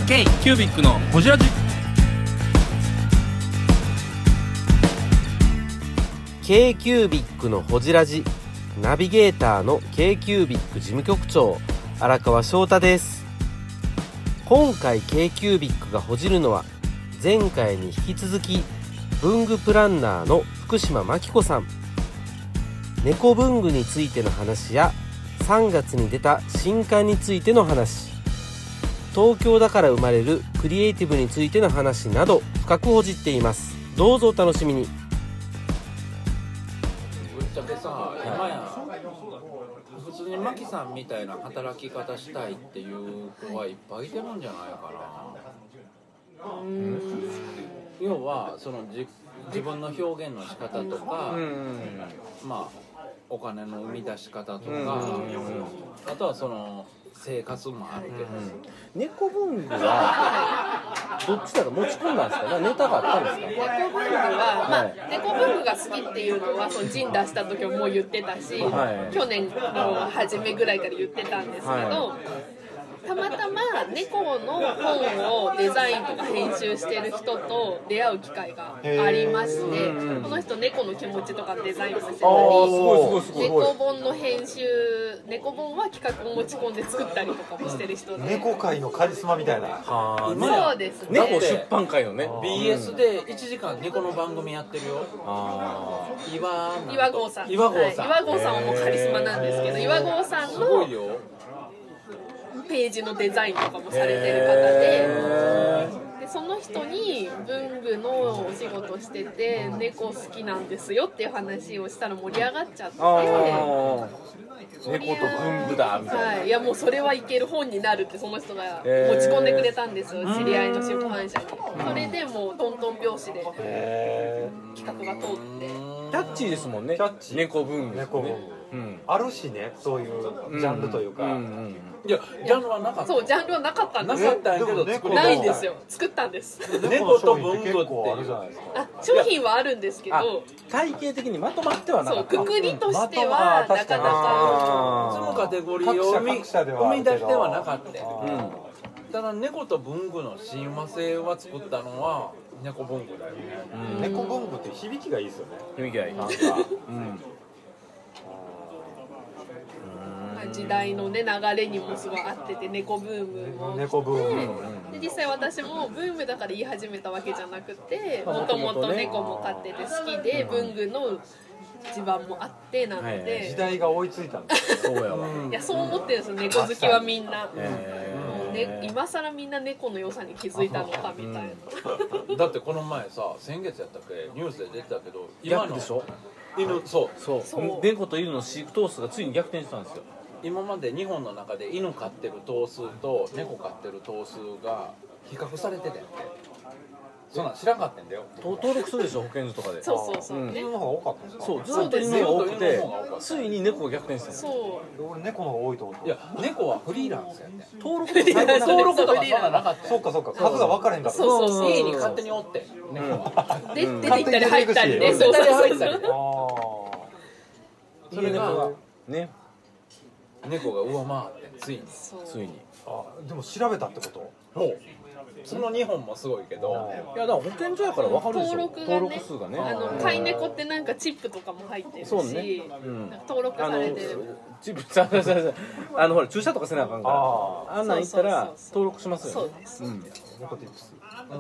K キュービックのホジラジ。 k キュービックのホジラジ、ナビゲーターの k キュービック事務局長荒川翔太です。今回 k キュービックがほじるのは前回に引き続き文具プランナーの福島真紀子さん。猫文具についての話や3月に出た新刊についての話、東京だから生まれるクリエイティブについての話など深くほじっています。どうぞお楽しみに。 ぶっちゃけさ、今や普通にマキさんみたいな働き方したいっていう子はいっぱいいてるんじゃないかな。要はその自分の表現の仕方とか、まあお金の生み出し方とか、あとはその生活もあるけど、 猫文具はどっちだろう、持ち込んだんですか？ネタがあったんですか？ 猫文具は、まあ、猫文具が好きっていうのはそのジン出した時ももう言ってたし、去年の初めぐらいから言ってたんですけど、たまたま猫の本をデザインとか編集してる人と出会う機会がありまして、この人猫の気持ちとかデザインもしてたり、猫本の編集、猫本は企画を持ち込んで作ったりとかもしてる人で、 猫界のカリスマみたいな。 そうですね。 猫出版界のね、 BS で1時間猫の番組やってるよ。 岩合さん、 岩合さん、 岩合さんはもうカリスマなんですけど、岩合さんのページのデザインとかもされてる方で、その人に文具のお仕事してて猫好きなんですよっていう話をしたら盛り上がっちゃって、 猫と文具だみたいな、 いやもうそれはいける本になるってその人が持ち込んでくれたんですよ、知り合いの出版社に。それでもうトントン拍子で企画が通って、 キャッチーですもんね。 キャッチー、 猫文具、 猫文具、あるしね、そういうジャンルというか、 いやジャンルはなかった。 そう、ジャンルはなかったんですよ。 なかったんやけど作りないんですよ。作ったんです。 猫と文具って結構あるじゃないですか。 商品はあるんですけど、 体系的にまとまってはなかった。 そう、くくりとしてはなかなかそのカテゴリーを生み出してはなかった。ただ猫と文具の親和性は作ったのは猫文具だよね。 猫文具って響きがいいですよね。 響きがいい。 なんか時代のね流れにもすごい合ってて、猫ブームも猫ブーム、 で実際私もブームだから言い始めたわけじゃなくて、もともと猫も飼ってて好きで、文具の地盤もあってなので、 時代が追いついたんですよ。 そうやわ。 いやそう思ってるんですよ、猫好きはみんな。今更みんな猫の良さに気づいたのかみたいな。 だってこの前さ、先月やったっけニュースで出てたけど、 逆でしょ。 犬、そう猫と犬の飼育頭数がついに逆転したんですよ。 今まで日本の中で犬飼ってる頭数と猫飼ってる頭数が比較されててんて。そんなん知らんかったんだよ。 登録するでしょ、保健所とかで。 そう犬の方が多かったんですか？ そう、ずっと犬が多くて、ついに猫が逆転したんですよ。 そう、 俺猫の方が多いと思った。 いや、猫はフリーランスやね。 登録とか登録とかそんなんなかった。 そうか、数が分かれへんかった。 そう家に勝手におって猫は出て行ったり入ったりね、そうそれがね、 猫が上回ってついに。 でも調べたってこと？ その2本もすごいけど、 いやだから保健所やから分かるでしょ。 登録数がね、 飼い猫ってなんかチップとかも入ってるし、 そうね、 登録されてる。 チップほら注射とかせなあかんから、あんなん言ったら登録しますよね。 そうです。 猫ティップス。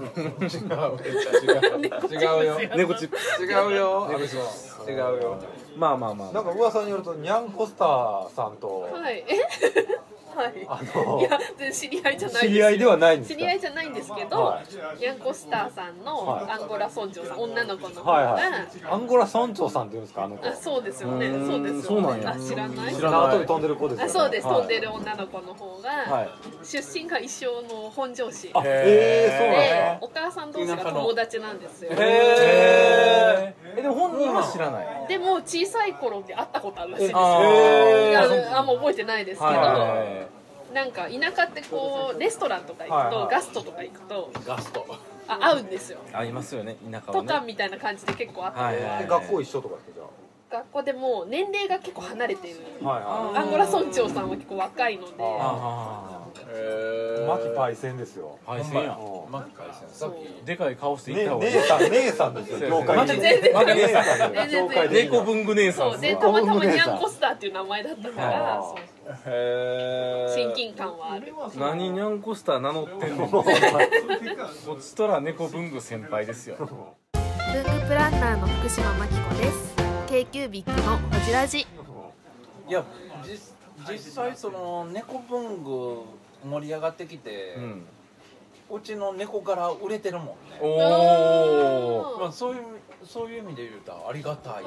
違うよ。 猫チップ違うよ。違うよ。 まあなんか噂によるとニャンコスターさんと、 はいいや知り合いじゃないです。 知り合いではないんですか？ 知り合いじゃないんですけど、ニャンコスターさんのアンゴラ村長さん、女の子の子が、 アンゴラ村長さんって言うんですか、あの子？ そうですよね、そうですよね。 そうなんや。 知らない？ 後で飛んでる子ですよね。 そうです、飛んでる女の子の方が出身が一緒の本庄市そうなんで、お母さん同士が友達なんですよ。 でも本人は知らない。 でも小さい頃で会ったことあるらしいですよ。あんま覚えてないですけど、なんか田舎ってこうレストランとか行くと、ガストとか行くと会うんですよ。 会いますよね、田舎はね。 とかみたいな感じで結構あって、 学校一緒とかってじゃあ？ 学校でも年齢が結構離れてる。 はいはい、 アンゴラ村長さんは結構若いので、 牧パイセンですよ。 パイセンや。 牧パイセンさっきでかい顔して行った方がいい。 姉さんですよ。業界全然姉さんですよ。業界で猫文具姉さんそうでたまたまニャンコスターっていう名前だったから親近感はある。 何ニャンコスター名乗ってんの。こっちとら猫文具先輩ですよ。 文具プランナーの福島真紀子です。 k キュービックのホジラジ。 いや実際その猫文具盛り上がってきて、うちの猫から売れてるもんね。 おまあそういう意味で言うとありがたい。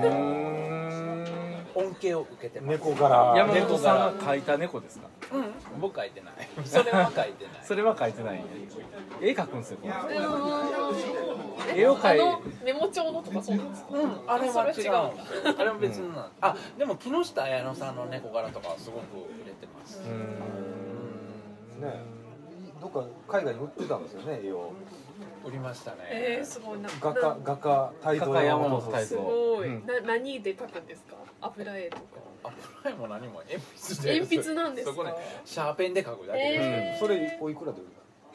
恩恵を受けてます。 猫柄。 山本さんが描いた猫ですか？ 僕描いてない。それは描いてない。 それは描いてない。絵描くんですよ。絵を描いメモ帳のとかそうなんですか？ あれは違う。あれは別にあ、でも木下彩乃さんの猫柄とかはすごく売れてます。 ね、どっか海外に売ってたんですよね、絵を。 売りましたね。 すごい。 画家泰造山本さん。 すごい。何で描くんですか？油絵とか。 油絵も何も鉛筆で。鉛筆なんですか？ そこね、シャーペンで描くだけです。 それおいくらで売る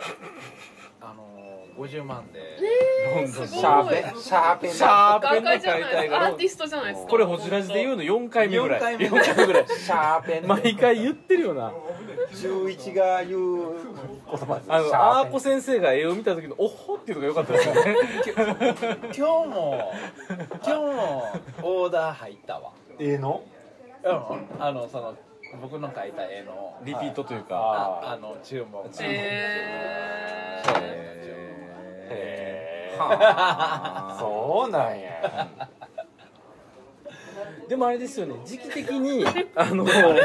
？50万で。 シャーペンシャーペンで描いたいから。 アーティストじゃないですか。 これホジラジで言うの4回目ぐらい。4回目ぐらい。 シャーペン。 毎回言ってるよな。 11が言う言葉です。 アーコ先生が絵を見た時のおっほっていうのが良かったですよね。 今日もオーダー入ったわ。 絵の？ その僕の描いた絵のリピートというか、 注文。 そうなんや。 でもあれですよね、時期的にこの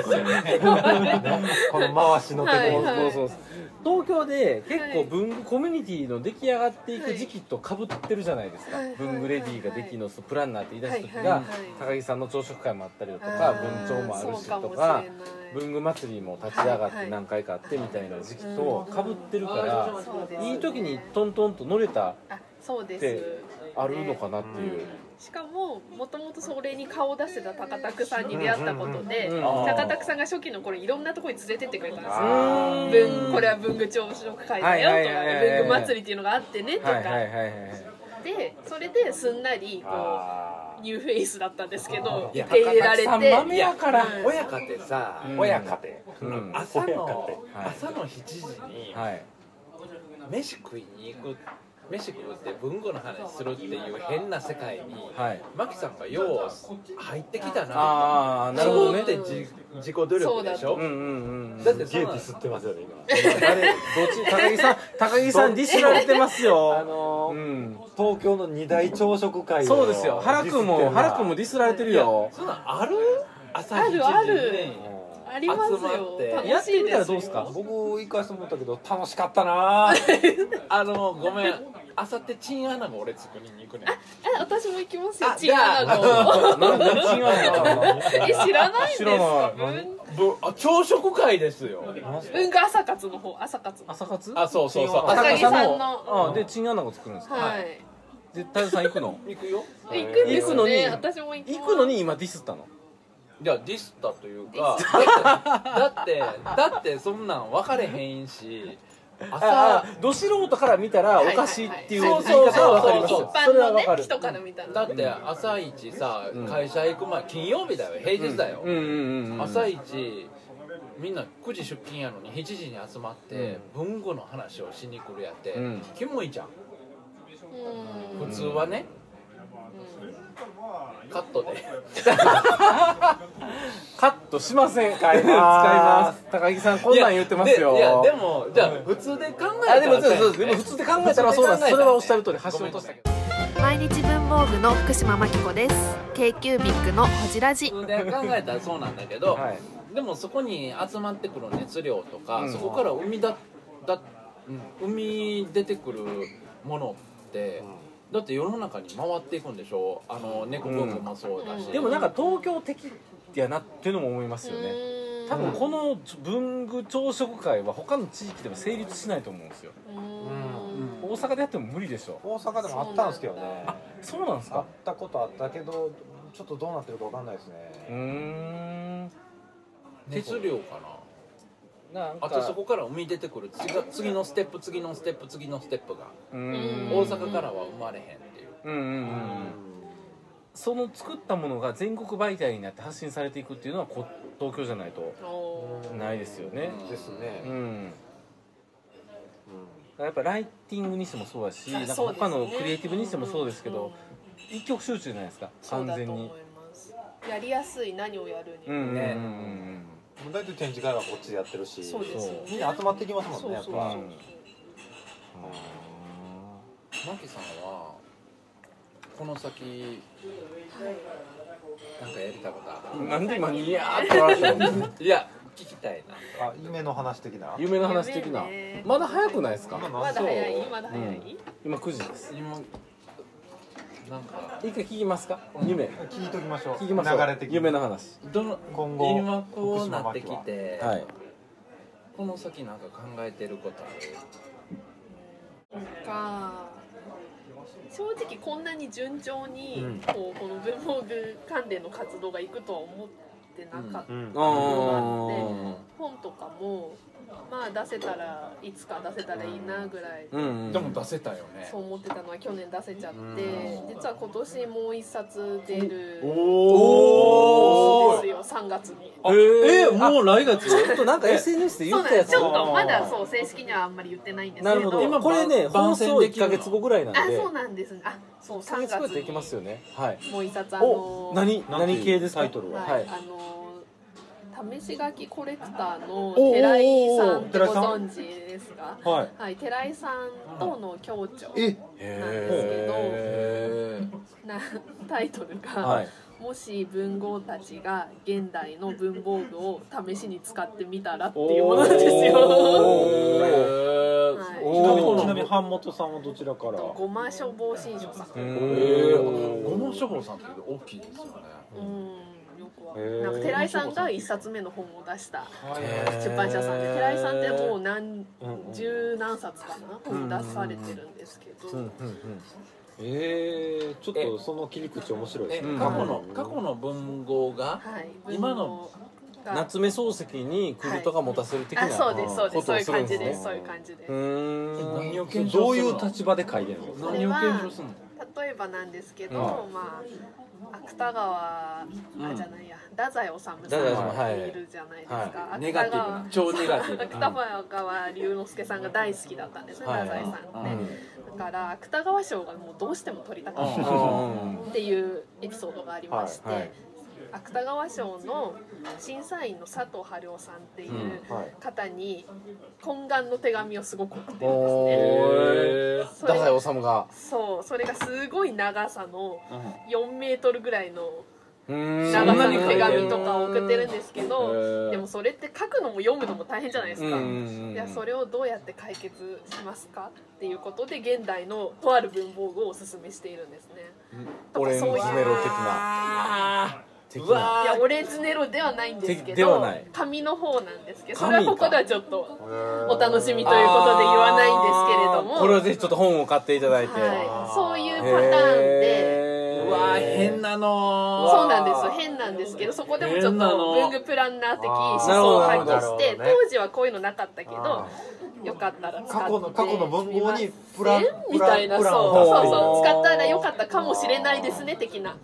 回しの手そう東京で結構文具コミュニティの出来上がっていく時期と被ってるじゃないですか。文具レディができのプランナーって言い出した時が高木さんの朝食会もあったりだとか、文鳥もあるしとか、文具祭りも立ち上がって何回かあってみたいな時期と被ってるから、いい時にトントンと乗れたってあるのかなっていう。 しかももともとそれに顔を出してた高田さんに出会ったことで、高田さんが初期の頃いろんなところに連れてってくれたんですよ。これは文具朝食会だよとか、文具祭りっていうのがあってねとかで、それですんなりこうニューフェイスだったんですけど受け入れられて、 親方ってさ、親方朝の7時に飯食いに行く。飯食って文具の話するっていう変な世界に、マキさんがよう入ってきたな。なるほどね。自己努力でしょ。だってゲーティスってますよね今。 高木さんディスられてますよ。 東京の2大朝食会。 そうですよ。原くんもディスられてるよ。 そんなある？朝7時に。 ありますよ。 やってみたらどうですか？ 僕行かせてもらったけど楽しかったな。 ごめん。あさってチンアナゴ俺作りに行くね。 私も行きますよ。チンアナゴ。 何チンアナゴ？ 知らないんですか？ 朝食会ですよ。 文具朝活の方。朝活。 そう。 高木さんの。 でチンアナゴ作るんですか？ はい。 で太蔵さん行くの？ 行くよ。 行くんですね。私も行くのに今ディスったの？ いやディスったというか、だってそんなん分かれへんし、 ど素人から見たらおかしいっていう言い方は分かりますよ。 それは分かる。人から見たら。 だって朝一さ、会社行く前金曜日だよ、平日だよ。朝一みんな9時出勤やのに7時に集まって文具の話をしに来るやって、キモいじゃん。普通はね。カットでカットしません。使います高木さんこんなん言ってますよ。 いやでもじゃあ普通で考えたらでも普通で考えたらそうなんです。それはおっしゃる通り橋本したけど。 毎日文房具の福島真紀子です。 k キュービックのホジラジ。 普通で考えたらそうなんだけど、でもそこに集まってくる熱量とか、そこから生み出てくるものって、だって世の中に回っていくんでしょ。猫文具もそうだし、 でもなんか東京的やなっていうのも思いますよね。多分この文具朝食会は他の地域でも成立しないと思うんですよ。大阪でやっても無理でしょ。 大阪でもあったんですけどね。 そうなんですか？ あったことあったけどちょっとどうなってるかわかんないですね。 鉄量かな。 なんかあとそこから生み出てくる次のステップが大阪からは生まれへんっていう。 その作ったものが全国媒体になって発信されていくっていうのは東京じゃないとないですよね。 ですね。 やっぱライティングにしてもそうだし、なんか他のクリエイティブにしてもそうですけど、一極集中じゃないですか、完全に。 やりやすい、何をやるにもね。 大体展示会はこっちでやってるし、 そうですよね、 みんな集まってきますもんね、やっぱ。 マキさんはこの先なんかやりたいことある？ なんで今ニヤーって笑ってるの？ いや聞きたいな。 あ、夢の話的な。 夢の話的な。まだ早くないですか？ まだ早い？ 今9時です。 今なんか一回聞きますか？夢聞いときましょう。 聞きましょう。 流れ的に夢の話。 今後今こうなってきて、 はい、 この先なんか考えてることある？ 正直こんなに順調にこの文房具関連の活動がいくとは思ってなかったのがあって、本とかもまあ出せたらいつか出せたらいいなぐらいでも出せたよね。 そう思ってたのは去年出せちゃって、実は今年もう一冊出るんですよ、3月に。 もう来月？ちょっとなんか SNS で言ったやつ。 ちょっとまだそう正式にはあんまり言ってないんですけど。 なるほど。これね、放送1ヶ月後ぐらいなんで。 あ、そうなんですね。あ、そう3月にできますよね。はい。 もう一冊何系ですか？ タイトルは。 はい。 試し書きコレクターの寺井さんってご存知ですか？はい、寺井さんとの共著なんですけど、タイトルが、もし文豪たちが現代の文房具を試しに使ってみたらっていうものなんですよ。 ちなみに版元さんはどちらから？ ごま書房新書さん。 ごま書房さんって大きいですよね。 なんか寺井さんが1冊目の本を出した出版社さんで、寺井さんってもう十何冊かな本出されてるんですけど、 ちょっとその切り口面白いですね。 過去の文豪が今の夏目漱石にクルトが持たせる的なそうですそうです、そういう感じです、そういう感じです。 何を検どう証するの？ いう立場で書いてるの？ 何を検証するの？ 例えばなんですけど、まあ芥川じゃないや、太宰治さんがいるじゃないですか。 ネガティブ、超ネガティブ。 芥川龍之介さんが大好きだったんですね、太宰さんね。だから芥川賞がもうどうしても取りたかったっていうエピソードがありまして、芥川賞の審査員の佐藤春夫さんっていう方に懇願の手紙をすごく送ってるんですね。 太宰治がそれがすごい長さの4メートルぐらいの長さの手紙とかを送ってるんですけど、でもそれって書くのも読むのも大変じゃないですか。いや、それをどうやって解決しますかっていうことで現代のとある文房具をおすすめしているんですね。 オレンジメロ的な。 いや、オレンジネロではないんですけど、紙の方なんですけど、それはここではちょっとお楽しみということで言わないんですけれども、 これはぜひちょっと本を買っていただいて、 そういうパターンで、 変なの。 そうなんです、変なんですけど、そこでもちょっと文具プランナー的思想を発揮して、当時はこういうのなかったけど、よかったら使って過去の文豪にプランみたいな、そう使ったらよかったかもしれないですね的な。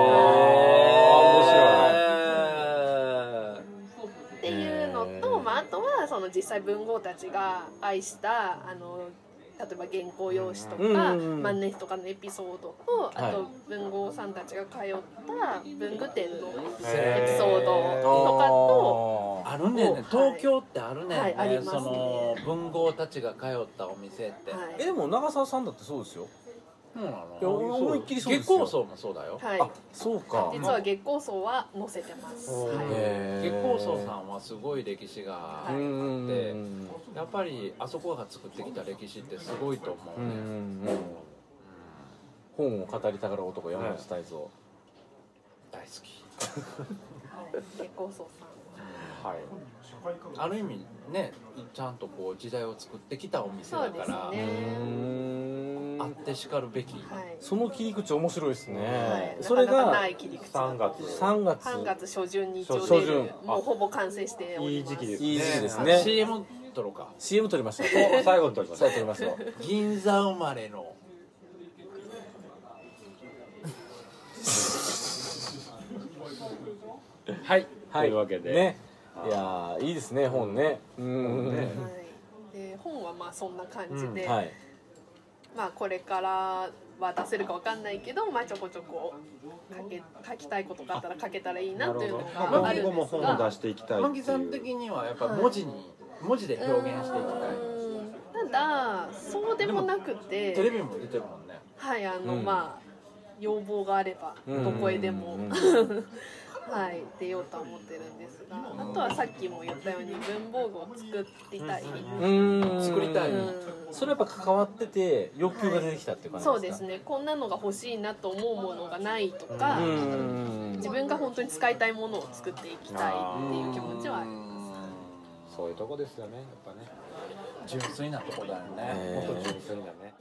っていうのと、あとはその実際文豪たちが愛した例えば原稿用紙とか万年筆とかのエピソードと、あと文豪さんたちが通った文具店のエピソードとかとあるね。東京ってあるね。 ありますね。 その文豪たちが通ったお店って。 でも長澤さんだってそうですよ。 そうなの？ 思いっきりそうですよ。 月光荘もそうだよ。 あ、そうか。 実は月光荘は載せてます。 月光荘さんはすごい歴史があって、やっぱりあそこが作ってきた歴史ってすごいと思うね。 本を語りたがる男山内泰造大好き。 月光荘さん。 ある意味ね、ちゃんとこう時代を作ってきたお店だから。 そうですね。 あってしかるべき、 その切り口面白いですね、 はい、 それがない切り口 3月 3 月初旬に一応初旬もうほぼ完成しております。 いい時期ですね。 いい時期ですね。 CM 撮ろうか。 CM 撮りました。 最後に撮りました。 最後撮りますよ。 銀座生まれのはい、 はい、 というわけでね、いやいいですね、本ね。 はい、で本はまあそんな感じで、 はい、 まあこれからは出せるかわかんないけど、まあちょこちょこ書きたいことがあったら書けたらいいなというのがあるん今後もですが、 本を出していきたいっていう。 マギさん的にはやっぱ文字で表現していきたい。 ただそうでもなくて、 テレビも出てるもんね。 はい、まあ要望があればどこへでもはい、出ようとは思ってるんですが、あとはさっきも言ったように文房具を作りたい。 作りたい。 それやっぱ関わってて欲求が出てきたっていう感じですか。 そうですね。こんなのが欲しいなと思うものがないとか、自分が本当に使いたいものを作っていきたいっていう気持ちはあります。 そういうとこですよね、やっぱね。 純粋なとこだよね。 もっと純粋なね。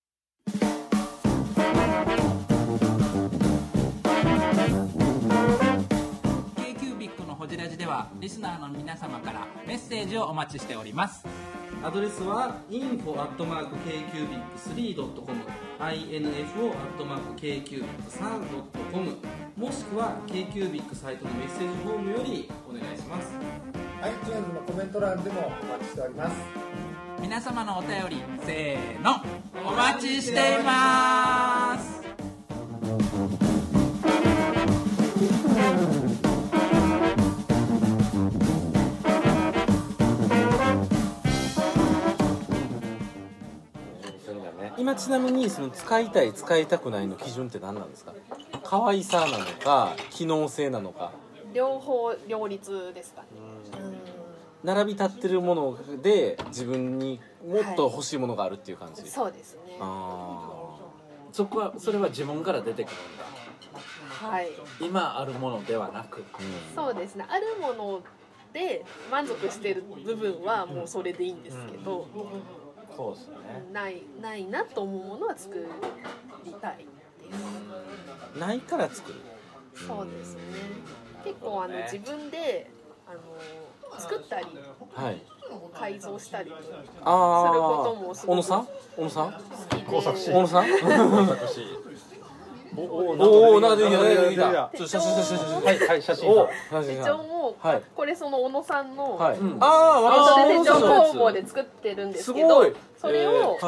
ホジラジではリスナーの皆様からメッセージをお待ちしております。 アドレスは info@kcubic3.com info@kcubic3.com もしくは KQBIC サイトのメッセージフォームよりお願いします。 iTunes のコメント欄でもお待ちしております。 皆様のお便りせーのお待ちしています。 今ちなみにその使いたい使いたくないの基準って何なんですか。可愛さなのか機能性なのか。 両方両立ですかね。 並び立ってるもので自分にもっと欲しいものがあるっていう感じ、はい、 そうですね。 それは自分から出てくるんだ。 はい、 今あるものではなく、 そうですね。あるもので満足している部分はもうそれでいいんですけど、 そうですね。 ないなと思うものは作りたいです。 ないから作る。 そうですね。結構自分で作ったり、はい、改造したりすることもすごく好きで。 工作師。小野さん。おお、なんか出てきた。ちょっと写真。はい、写真。 手帳もこれその小野さんの手帳工房で作ってるんですけど、それを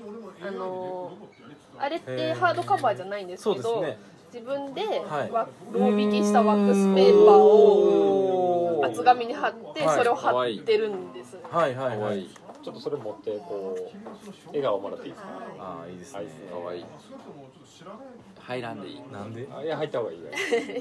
あれってハードカバーじゃないんですけど、自分でロー引きしたワックスペーパーを厚紙に貼ってそれを貼ってるんです。 はいはいはい。 ちょっとそれ持ってこう笑顔もらっていいですか。 ああ、いいですね。 可愛い。入らんでいい。 なんで？ いや、入った方がいいよ。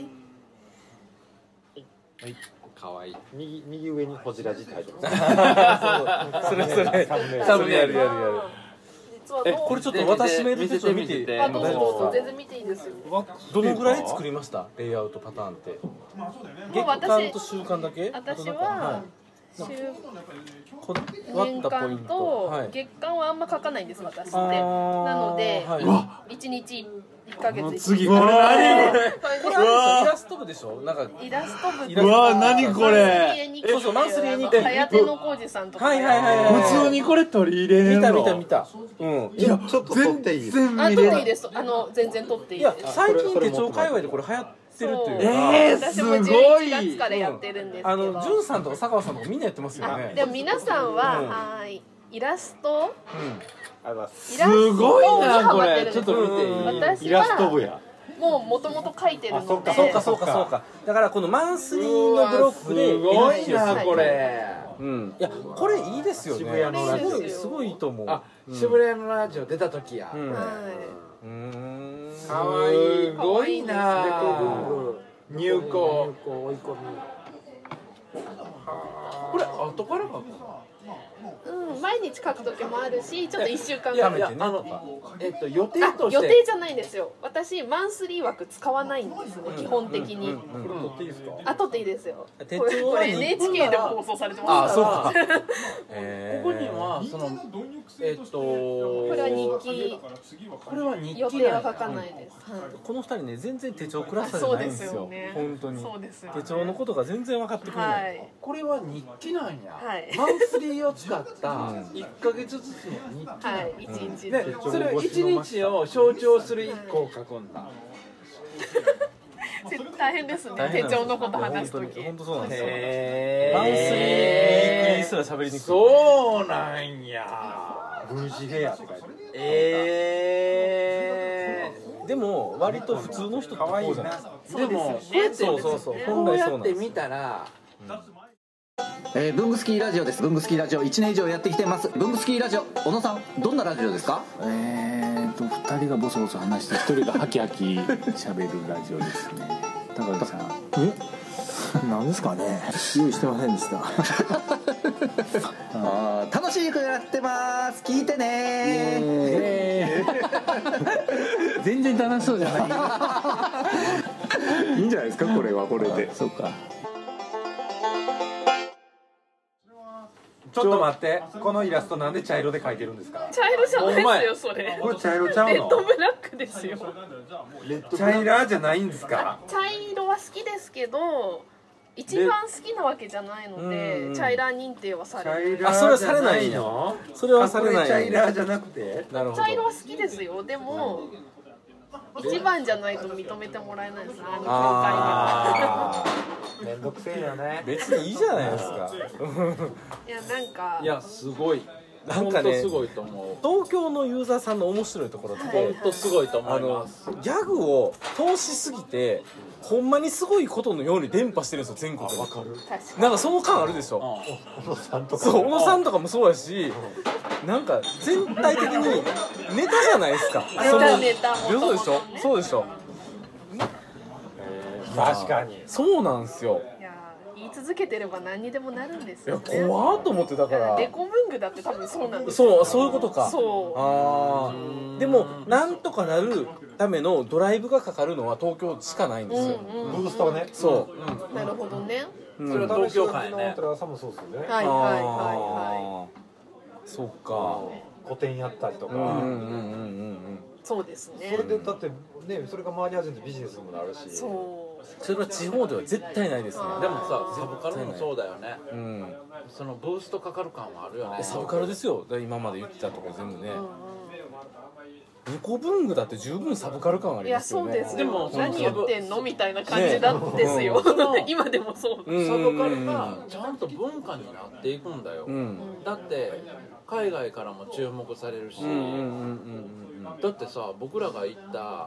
はい。可愛い。 右上にホジラジって入ってます。 それサムネやる。これちょっと私メール手帳見て。 どうぞ全然見ていいですよ。 どのぐらい作りました？レイアウトパターンって。月間と週間だけ？ 私は年間と月間はあんま書かないんです私って。なので1日1ヶ月。 次これ何これ？ イラスト部でしょ？なんかイラスト部。 うわ何これ？ そうマンスリーにはやての浩二さんとか。 はい。 普通にこれ取り入れれるの？ 見た。 うん。いやちょっと撮っていい？ 撮っていいです。全然撮っていいです。 最近手帳界隈でこれ流行ってるっていうか。 私も11月からやってるんですけど。 ジュンさんとか佐川さんとかみんなやってますよね。 でも皆さんはイラスト。 すごいなこれ。ちょっと見ていい？ 私イラスト部や。 もともと書いてるので。 そうか。だからこのマンスリーのブロックで。 すごいなこれ。 いやこれいいですよね。 渋谷のラジオすごいいいと思う。 渋谷のラジオ出た時や。 はい。 かわいい。すごいな。入稿。 これ後から書くの？ 毎日書く時もあるし、ちょっと1週間やめてね。 予定として予定じゃないんですよ。私マンスリー枠使わないんですね、基本的に。 これ取っていいですか？ 取っていいですよ。 手これ帳は NHK でも放送されてます。 そうか。 ここにはそのこれは日記。 これは日記予定は書かないです。 この2人ね、全然手帳クラスじゃないんですよ。本当に。手帳のことが全然分かってくれない。 これは日記なんや。マンスリーを使った1ヶ月ずつの日記。 はい、1日で、それを1日を象徴する1個を書くんだ。 大変ですね、手帳のこと話すとき。 本当そうなんですよ。マンスリーウィークリーすら喋りにくい。 そうなんや。 分子ヘアって書いてでも割と普通の人ってこうじゃないですか。 でも本来そうなんです。 こうやって見たら。 ブングスキーラジオです。ブングスキーラジオ1年以上やってきてます。ブングスキーラジオ、小野さんどんなラジオですか ？2人がボソボソ話して1人がハキハキ喋るラジオですね。高木さん、何ですかね、用意してませんでした楽しくやってます、聞いてね全然楽しそうじゃないいいんじゃないですか、これはこれで。そうか。 ちょっと待って、このイラストなんで茶色で描いてるんですか？ 茶色じゃないですよ、それ。 これ茶色ちゃうの？ レッドブラックですよ。 茶色じゃないんですか？ 茶色は好きですけど、一番好きなわけじゃないので、茶色認定はされない。 それはされないの？それはされない。 茶色じゃなくて？ なるほど。 茶色は好きですよ。でも一番じゃないと認めてもらえないですね、協会では。 めんどくせえよね。 別にいいじゃないですか。 いや、なんか、 いや、すごい。 なんかね、 すごいと思う。 東京のユーザーさんの面白いところって、 本当すごいと思います。 ギャグを通しすぎて、ほんまにすごいことのように伝播してるんですよ、全国に。 わかる。 なんかその感あるでしょ。 小野さんとか。 そう、小野さんとかもそうやし、なんか全体的にネタじゃないですか。 ネタそうでしょ。そうでしょ。 確かに。 そうなんですよ。 言い続けてれば何にでもなるんですよ、ね。 いや、怖っと思って。だからデコ文具だって多分そうなんですよ。 そういうことか。でもなんとかなるためのドライブがかかるのは東京しかないんですよ。 ブーストね。 そう。 なるほどね。 それは東京会ね。 トラさんもそうですよね。 はいはいはい。 そっか。 個展やったりとか。 そうですね。 それでだってね、それが回り始めてビジネスにもなるし。 それは地方では絶対ないですね。 でもさ、サブカルもそうだよね。そのブーストかかる感はあるよね。 サブカルですよ。今まで言ってたとこ全部ね。ニコ文具だって十分サブカル感ありますよね。 いや、そうです。でも何言ってんのみたいな感じなんですよ。今でもそう。 サブカルがちゃんと文化になっていくんだよ。だって海外からも注目されるし。だってさ、僕らが行った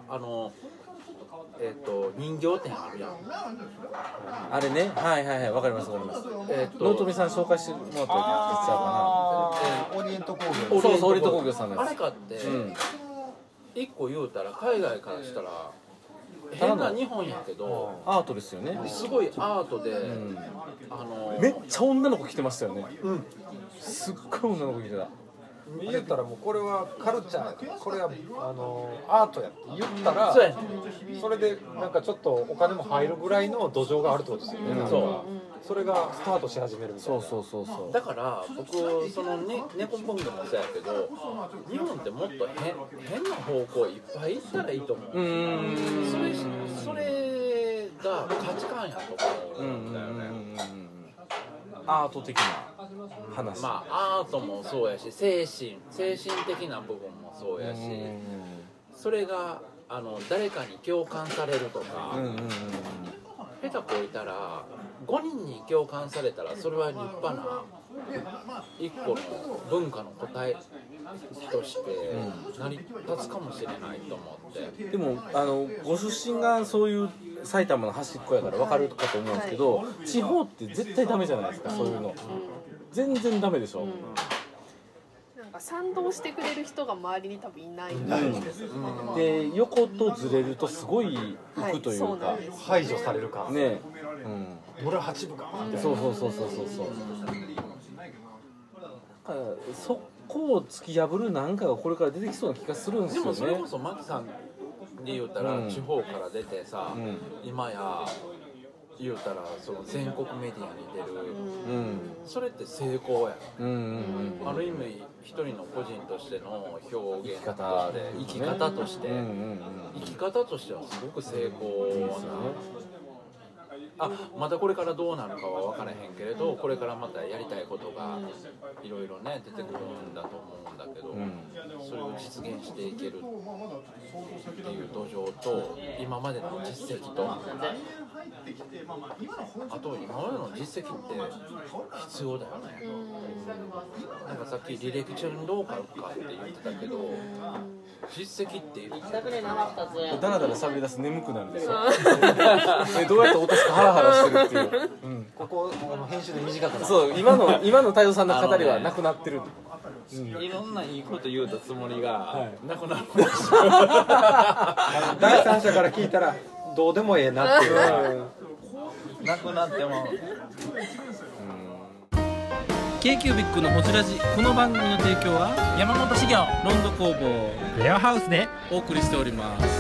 人形店あるやん。 あれね、はいはいはい、わかりますわかります。納富さん紹介してもらったやつちゃうかな。 オリエント工業。 そうそう、オリエント工業さんです。 あれかって一個言うたら海外からしたら変な日本やけどアートですよね。 すごいアートで、 めっちゃ女の子来てましたよね。すっごい女の子来てた。 言ったらもうこれはカルチャー、これはアートやって言ったら、それでなんかちょっとお金も入るぐらいの土壌があるってことですよね。それがスタートし始めるみたいな。 だから僕その猫文具もそうやけど、日本ってもっと変な方向いっぱい行ったらいいと思う。それが価値観やと思うんだよね。 アート的な話。 まあアートもそうやし、精神的な部分もそうやし、それが誰かに共感されるとか、下手こいたら5人に共感されたらそれは立派な一個の文化の答えとして成り立つかもしれないと思って。 でもご出身がそういう埼玉の端っこやから分かるかと思うんですけど、地方って絶対ダメじゃないですか、そういうの。全然ダメでしょ。 なんか賛同してくれる人が周りに多分いないんですよね。 で、横とずれるとすごい浮くというか、 排除されるかね。 村八部か。 そう。 かそこを突き破るなんかがこれから出てきそうな気がするんですよね。 でもそれこそマキさんで言うたら、地方から出てさ、今や言うたらその全国メディアに出る、それって成功や、ある意味一人の個人としての表現として生き方としてはすごく成功な、またこれからどうなるかは分からへんけれど、これからまたやりたいことがいろいろね出てくるんだと思うんだけど、それを実現していけるっていう土壌と今までの実績と、あと今までの実績って必要だよね。なんかさっき履歴書にローカルかって言ってたけど、実績ってだらだら喋り出す眠くなるんですよ。どうやって落とすかハラハラしてるっていう、 ここ編集で短くなる。 そう、今の太蔵さんの語りはなくなってる。 いろんないいこと言うたつもりがなくなる。 第三者から聞いたらどうでもええなっていうなくなっても。 K-Cubic のホジラジ、この番組の提供は山本修行ロンド工房レアハウスでお送りしております。